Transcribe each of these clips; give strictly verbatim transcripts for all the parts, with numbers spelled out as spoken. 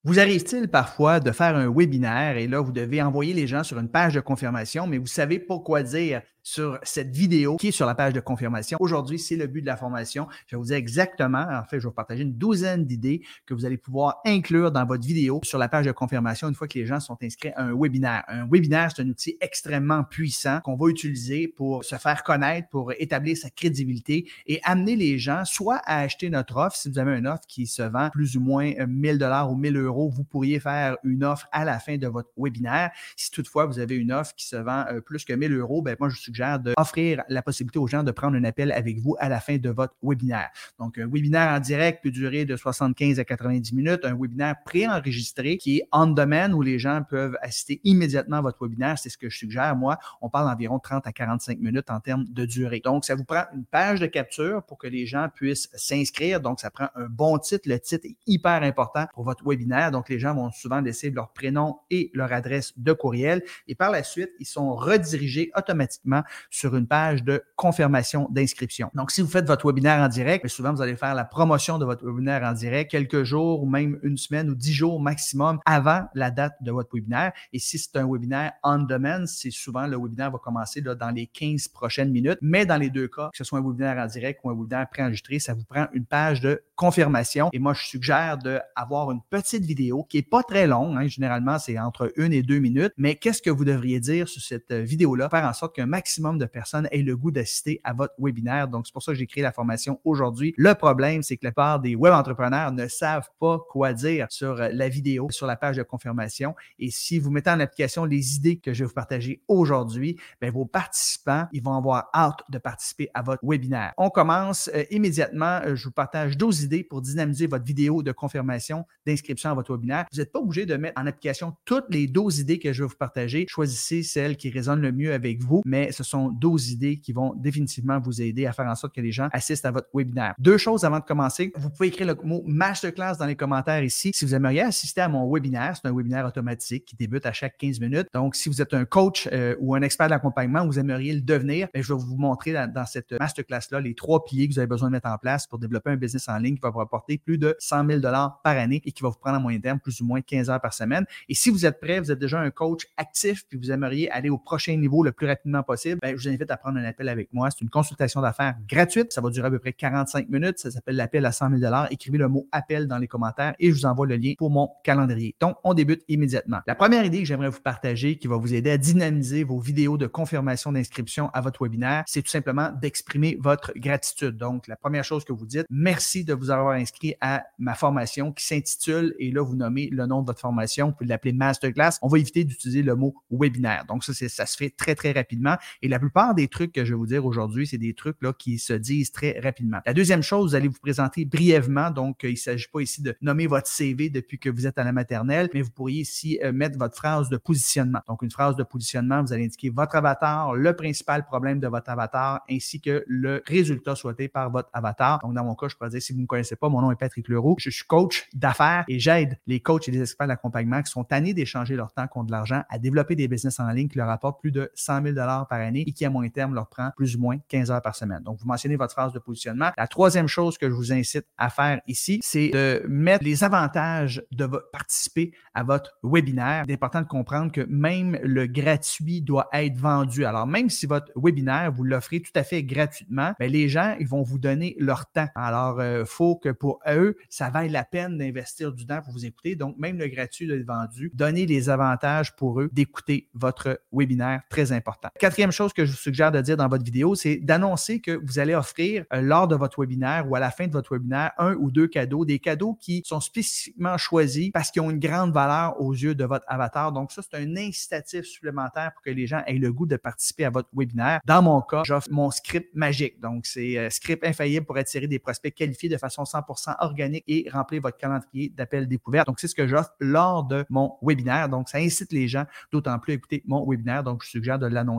Vous arrive-t-il parfois de faire un webinaire et là, vous devez envoyer les gens sur une page de confirmation, mais vous savez pas quoi dire sur cette vidéo qui est sur la page de confirmation? Aujourd'hui, c'est le but de la formation. Je vais vous dire exactement, en fait, je vais vous partager une douzaine d'idées que vous allez pouvoir inclure dans votre vidéo sur la page de confirmation une fois que les gens sont inscrits à un webinaire. Un webinaire, c'est un outil extrêmement puissant qu'on va utiliser pour se faire connaître, pour établir sa crédibilité et amener les gens soit à acheter notre offre. Si vous avez une offre qui se vend plus ou moins mille dollars ou mille euros, vous pourriez faire une offre à la fin de votre webinaire. Si toutefois vous avez une offre qui se vend euh, plus que mille euros, ben moi je vous suggère d'offrir la possibilité aux gens de prendre un appel avec vous à la fin de votre webinaire. Donc un webinaire en direct peut durer de soixante-quinze à quatre-vingt-dix minutes, un webinaire préenregistré qui est on demand où les gens peuvent assister immédiatement à votre webinaire, c'est ce que je suggère. Moi, on parle d'environ trente à quarante-cinq minutes en termes de durée. Donc ça vous prend une page de capture pour que les gens puissent s'inscrire. Donc ça prend un bon titre. Le titre est hyper important pour votre webinaire. Donc, les gens vont souvent laisser leur prénom et leur adresse de courriel. Et par la suite, ils sont redirigés automatiquement sur une page de confirmation d'inscription. Donc, si vous faites votre webinaire en direct, souvent, vous allez faire la promotion de votre webinaire en direct quelques jours ou même une semaine ou dix jours maximum avant la date de votre webinaire. Et si c'est un webinaire on demand, c'est souvent le webinaire va commencer là, dans les quinze prochaines minutes. Mais dans les deux cas, que ce soit un webinaire en direct ou un webinaire préenregistré, ça vous prend une page de confirmation. Et moi, je suggère d'avoir une petite vidéo qui est pas très longue. Hein. Généralement, c'est entre une et deux minutes. Mais qu'est-ce que vous devriez dire sur cette vidéo-là? Faire en sorte qu'un maximum de personnes aient le goût d'assister à votre webinaire. Donc, c'est pour ça que j'ai créé la formation aujourd'hui. Le problème, c'est que la plupart des web entrepreneurs ne savent pas quoi dire sur la vidéo, sur la page de confirmation. Et si vous mettez en application les idées que je vais vous partager aujourd'hui, bien, vos participants, ils vont avoir hâte de participer à votre webinaire. On commence euh, immédiatement. Euh, je vous partage douze idées pour dynamiser votre vidéo de confirmation d'inscription à votre webinaire. Vous n'êtes pas obligé de mettre en application toutes les douze idées que je vais vous partager. Choisissez celles qui résonnent le mieux avec vous, mais ce sont douze idées qui vont définitivement vous aider à faire en sorte que les gens assistent à votre webinaire. Deux choses avant de commencer. Vous pouvez écrire le mot masterclass dans les commentaires ici. Si vous aimeriez assister à mon webinaire, c'est un webinaire automatique qui débute à chaque quinze minutes. Donc, si vous êtes un coach euh, ou un expert d'accompagnement, vous aimeriez le devenir, bien, je vais vous montrer dans, dans cette masterclass-là les trois piliers que vous avez besoin de mettre en place pour développer un business en ligne qui va vous rapporter plus de cent mille dollars par année et qui va vous prendre en moyen terme plus ou moins quinze heures par semaine. Et si vous êtes prêt, vous êtes déjà un coach actif puis vous aimeriez aller au prochain niveau le plus rapidement possible, bien, je vous invite à prendre un appel avec moi. C'est une consultation d'affaires gratuite. Ça va durer à peu près quarante-cinq minutes. Ça s'appelle l'appel à cent mille dollars. Écrivez le mot appel dans les commentaires et je vous envoie le lien pour mon calendrier. Donc, on débute immédiatement. La première idée que j'aimerais vous partager qui va vous aider à dynamiser vos vidéos de confirmation d'inscription à votre webinaire, c'est tout simplement d'exprimer votre gratitude. Donc, la première chose que vous dites, merci de vous avoir inscrit à ma formation qui s'intitule, et là, vous nommez le nom de votre formation, vous pouvez l'appeler Masterclass. On va éviter d'utiliser le mot webinaire. Donc, ça, c'est, ça se fait très, très rapidement. Et la plupart des trucs que je vais vous dire aujourd'hui, c'est des trucs là qui se disent très rapidement. La deuxième chose, vous allez vous présenter brièvement. Donc, il ne s'agit pas ici de nommer votre C V depuis que vous êtes à la maternelle, mais vous pourriez ici euh, mettre votre phrase de positionnement. Donc, une phrase de positionnement, vous allez indiquer votre avatar, le principal problème de votre avatar, ainsi que le résultat souhaité par votre avatar. Donc, dans mon cas, je pourrais dire, si vous ne me connaissez pas, mon nom est Patrick Leroux. Je suis coach d'affaires et j'aide les coachs et les experts d'accompagnement qui sont tannés d'échanger leur temps contre de l'argent à développer des business en ligne qui leur apportent plus de cent mille dollars par année et qui, à moyen terme, leur prend plus ou moins quinze heures par semaine. Donc, vous mentionnez votre phrase de positionnement. La troisième chose que je vous incite à faire ici, c'est de mettre les avantages de vo- participer à votre webinaire. C'est important de comprendre que même le gratuit doit être vendu. Alors, même si votre webinaire, vous l'offrez tout à fait gratuitement, bien, les gens, ils vont vous donner leur temps. Alors, il euh, faut que pour eux, ça vaille la peine d'investir du temps pour vous écouter. Donc, même le gratuit doit être vendu. Donnez les avantages pour eux d'écouter votre webinaire. Très important. Quatrième chose que je vous suggère de dire dans votre vidéo, c'est d'annoncer que vous allez offrir euh, lors de votre webinaire ou à la fin de votre webinaire un ou deux cadeaux, des cadeaux qui sont spécifiquement choisis parce qu'ils ont une grande valeur aux yeux de votre avatar. Donc, ça, c'est un incitatif supplémentaire pour que les gens aient le goût de participer à votre webinaire. Dans mon cas, j'offre mon script magique. Donc, c'est euh, script infaillible pour attirer des prospects qualifiés de façon cent pour cent organique et remplir votre calendrier d'appels découvertes. Donc, c'est ce que j'offre lors de mon webinaire. Donc, ça incite les gens d'autant plus à écouter mon webinaire. Donc, je suggère de l'annoncer ici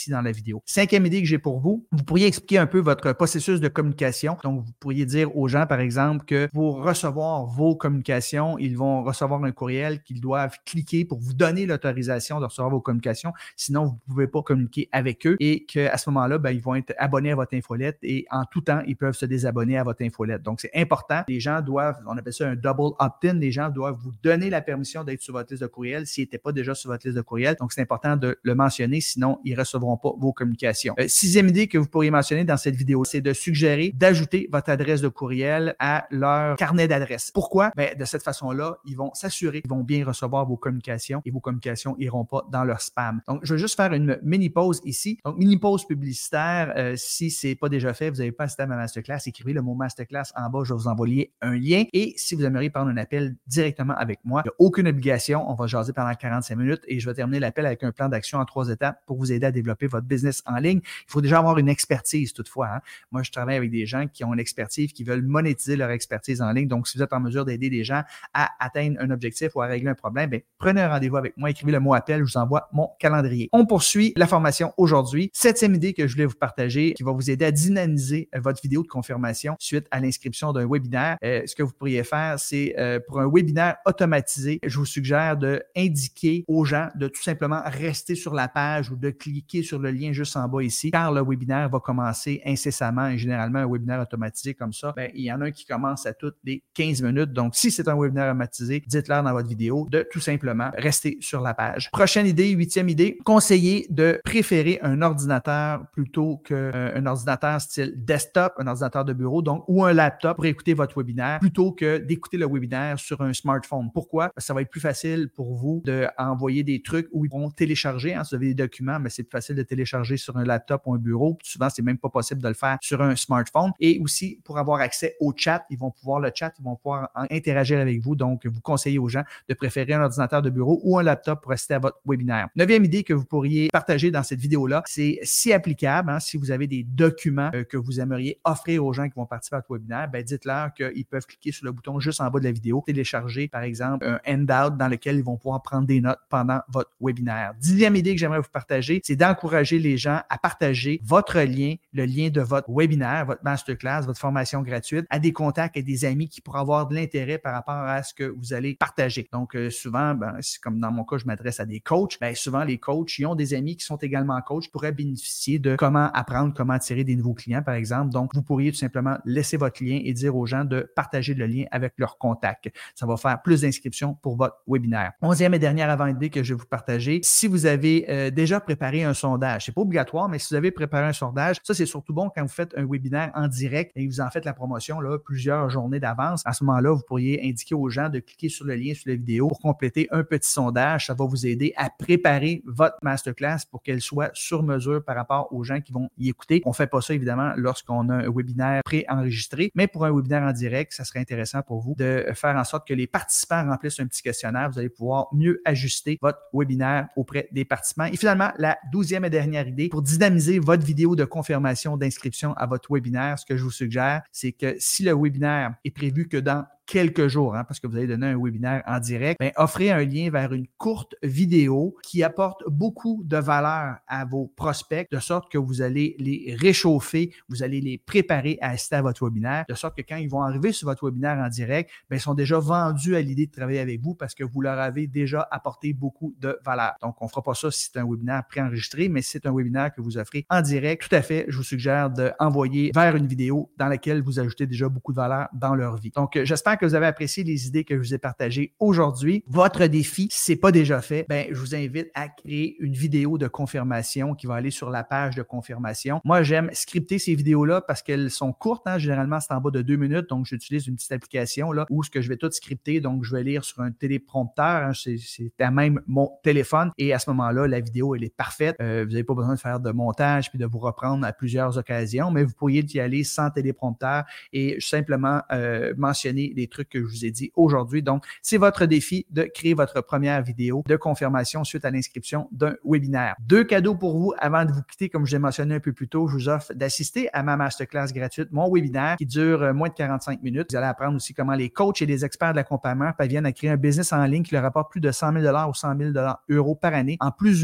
ici dans la vidéo. Cinquième idée que j'ai pour vous, vous pourriez expliquer un peu votre processus de communication. Donc, vous pourriez dire aux gens, par exemple, que pour recevoir vos communications, ils vont recevoir un courriel qu'ils doivent cliquer pour vous donner l'autorisation de recevoir vos communications. Sinon, vous ne pouvez pas communiquer avec eux et qu'à ce moment-là, ben, ils vont être abonnés à votre infolette et en tout temps, ils peuvent se désabonner à votre infolette. Donc, c'est important. Les gens doivent, on appelle ça un double opt-in, les gens doivent vous donner la permission d'être sur votre liste de courriel s'ils n'étaient pas déjà sur votre liste de courriel. Donc, c'est important de le mentionner, sinon, ils ne recevront pas vos communications. Euh, sixième idée que vous pourriez mentionner dans cette vidéo, c'est de suggérer d'ajouter votre adresse de courriel à leur carnet d'adresses. Pourquoi? Ben, de cette façon-là, ils vont s'assurer qu'ils vont bien recevoir vos communications et vos communications n'iront pas dans leur spam. Donc, je vais juste faire une mini pause ici. Donc, mini pause publicitaire. Euh, si ce n'est pas déjà fait, vous n'avez pas assisté à ma masterclass, écrivez le mot masterclass en bas, je vais vous envoyer un lien. Et si vous aimeriez prendre un appel directement avec moi, il n'y a aucune obligation. On va jaser pendant quarante-cinq minutes et je vais terminer l'appel avec un plan d'action en trois étapes pour vous aider à développer votre business en ligne. Il faut déjà avoir une expertise toutefois. Hein. Moi, je travaille avec des gens qui ont une expertise, qui veulent monétiser leur expertise en ligne. Donc, si vous êtes en mesure d'aider des gens à atteindre un objectif ou à régler un problème, bien, prenez un rendez-vous avec moi, écrivez le mot appel, je vous envoie mon calendrier. On poursuit la formation aujourd'hui. Septième idée que je voulais vous partager qui va vous aider à dynamiser votre vidéo de confirmation suite à l'inscription d'un webinaire. Euh, ce que vous pourriez faire, c'est euh, pour un webinaire automatisé, je vous suggère d'indiquer aux gens de tout simplement rester sur la page ou de cliquer sur le lien juste en bas ici, car le webinaire va commencer incessamment et généralement un webinaire automatisé comme ça, bien, il y en a un qui commence à toutes les quinze minutes. Donc, si c'est un webinaire automatisé, dites-leur dans votre vidéo de tout simplement rester sur la page. Prochaine idée, huitième idée, conseillez de préférer un ordinateur plutôt qu'un ordinateur style desktop, un ordinateur de bureau, donc, ou un laptop pour écouter votre webinaire plutôt que d'écouter le webinaire sur un smartphone. Pourquoi? Parce que ça va être plus facile pour vous d'envoyer des trucs où ils vont télécharger. Hein, si vous avez des documents, mais c'est plus facile de télécharger sur un laptop ou un bureau. Souvent, c'est même pas possible de le faire sur un smartphone. Et aussi, pour avoir accès au chat, ils vont pouvoir le chat, ils vont pouvoir interagir avec vous. Donc, vous conseillez aux gens de préférer un ordinateur de bureau ou un laptop pour assister à votre webinaire. Neuvième idée que vous pourriez partager dans cette vidéo-là, c'est si applicable, hein, si vous avez des documents euh, que vous aimeriez offrir aux gens qui vont participer à votre webinaire, ben dites-leur qu'ils peuvent cliquer sur le bouton juste en bas de la vidéo, télécharger, par exemple, un handout dans lequel ils vont pouvoir prendre des notes pendant votre webinaire. Dixième idée que j'aimerais vous partager, c'est d'encourager les gens à partager votre lien, le lien de votre webinaire, votre masterclass, votre formation gratuite à des contacts et des amis qui pourraient avoir de l'intérêt par rapport à ce que vous allez partager. Donc, euh, souvent, ben, c'est comme dans mon cas, je m'adresse à des coachs. Ben, souvent, les coachs, ils ont des amis qui sont également coachs, pourraient bénéficier de comment apprendre, comment attirer des nouveaux clients, par exemple. Donc, vous pourriez tout simplement laisser votre lien et dire aux gens de partager le lien avec leurs contacts. Ça va faire plus d'inscriptions pour votre webinaire. Onzième et dernière avant-idée que je vais vous partager, si vous avez euh, déjà préparé un sondage, c'est pas obligatoire, mais si vous avez préparé un sondage, ça, c'est surtout bon quand vous faites un webinaire en direct et vous en faites la promotion là, plusieurs journées d'avance. À ce moment-là, vous pourriez indiquer aux gens de cliquer sur le lien sur la vidéo pour compléter un petit sondage. Ça va vous aider à préparer votre masterclass pour qu'elle soit sur mesure par rapport aux gens qui vont y écouter. On ne fait pas ça, évidemment, lorsqu'on a un webinaire pré-enregistré, mais pour un webinaire en direct, ça serait intéressant pour vous de faire en sorte que les participants remplissent un petit questionnaire. Vous allez pouvoir mieux ajuster votre webinaire auprès des participants. Et finalement, la douzième et dernière idée, pour dynamiser votre vidéo de confirmation d'inscription à votre webinaire, ce que je vous suggère, c'est que si le webinaire est prévu que dans quelques jours, hein, parce que vous allez donner un webinaire en direct, bien, offrez un lien vers une courte vidéo qui apporte beaucoup de valeur à vos prospects, de sorte que vous allez les réchauffer, vous allez les préparer à assister à votre webinaire, de sorte que quand ils vont arriver sur votre webinaire en direct, bien, ils sont déjà vendus à l'idée de travailler avec vous parce que vous leur avez déjà apporté beaucoup de valeur. Donc, on ne fera pas ça si c'est un webinaire préenregistré, mais si c'est un webinaire que vous offrez en direct, tout à fait, je vous suggère d'envoyer vers une vidéo dans laquelle vous ajoutez déjà beaucoup de valeur dans leur vie. Donc, j'espère que vous avez apprécié les idées que je vous ai partagées aujourd'hui. Votre défi, si ce n'est pas déjà fait, ben, je vous invite à créer une vidéo de confirmation qui va aller sur la page de confirmation. Moi, j'aime scripter ces vidéos-là parce qu'elles sont courtes. Hein. Généralement, c'est en bas de deux minutes. Donc, j'utilise une petite application là, où ce que je vais tout scripter. Donc, je vais lire sur un téléprompteur. Hein. C'est, c'est à même mon téléphone. Et à ce moment-là, la vidéo, elle est parfaite. Euh, vous n'avez pas besoin de faire de montage puis de vous reprendre à plusieurs occasions, mais vous pourriez y aller sans téléprompteur et simplement euh, mentionner les trucs que je vous ai dit aujourd'hui. Donc, c'est votre défi de créer votre première vidéo de confirmation suite à l'inscription d'un webinaire. Deux cadeaux pour vous avant de vous quitter. Comme je l'ai mentionné un peu plus tôt, je vous offre d'assister à ma masterclass gratuite, mon webinaire qui dure moins de quarante-cinq minutes. Vous allez apprendre aussi comment les coachs et les experts de l'accompagnement parviennent à créer un business en ligne qui leur rapporte plus de cent mille dollars ou cent mille euros par année en plus ou moins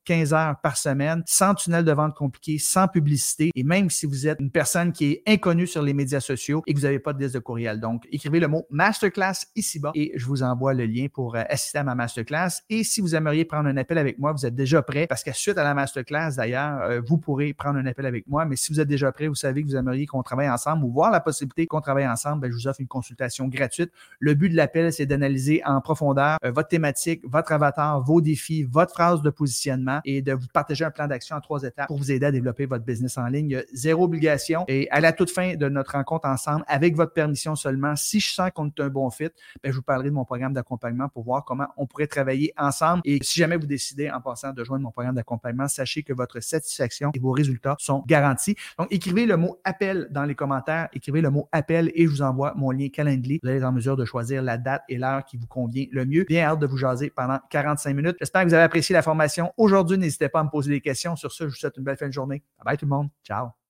quinze heures par semaine, sans tunnel de vente compliqué, sans publicité. Et même si vous êtes une personne qui est inconnue sur les médias sociaux et que vous n'avez pas de liste de courriel. Donc, écrivez le mot masterclass ici-bas et je vous envoie le lien pour euh, assister à ma masterclass. Et si vous aimeriez prendre un appel avec moi, vous êtes déjà prêt parce que suite à la masterclass, d'ailleurs, euh, vous pourrez prendre un appel avec moi. Mais si vous êtes déjà prêt, vous savez que vous aimeriez qu'on travaille ensemble ou voir la possibilité qu'on travaille ensemble, bien, je vous offre une consultation gratuite. Le but de l'appel, c'est d'analyser en profondeur euh, votre thématique, votre avatar, vos défis, votre phrase de positionnement et de vous partager un plan d'action en trois étapes pour vous aider à développer votre business en ligne. Il y a zéro obligation. Et à la toute fin de notre rencontre ensemble, avec votre permission seulement, si je sens qu'on est un bon fit, bien, je vous parlerai de mon programme d'accompagnement pour voir comment on pourrait travailler ensemble. Et si jamais vous décidez en passant de joindre mon programme d'accompagnement, sachez que votre satisfaction et vos résultats sont garantis. Donc, écrivez le mot appel dans les commentaires, écrivez le mot appel et je vous envoie mon lien Calendly. Vous allez être en mesure de choisir la date et l'heure qui vous convient le mieux. Bien hâte de vous jaser pendant quarante-cinq minutes. J'espère que vous avez apprécié la formation aujourd'hui. N'hésitez pas à me poser des questions. Sur ce, je vous souhaite une belle fin de journée. Bye bye tout le monde. Ciao.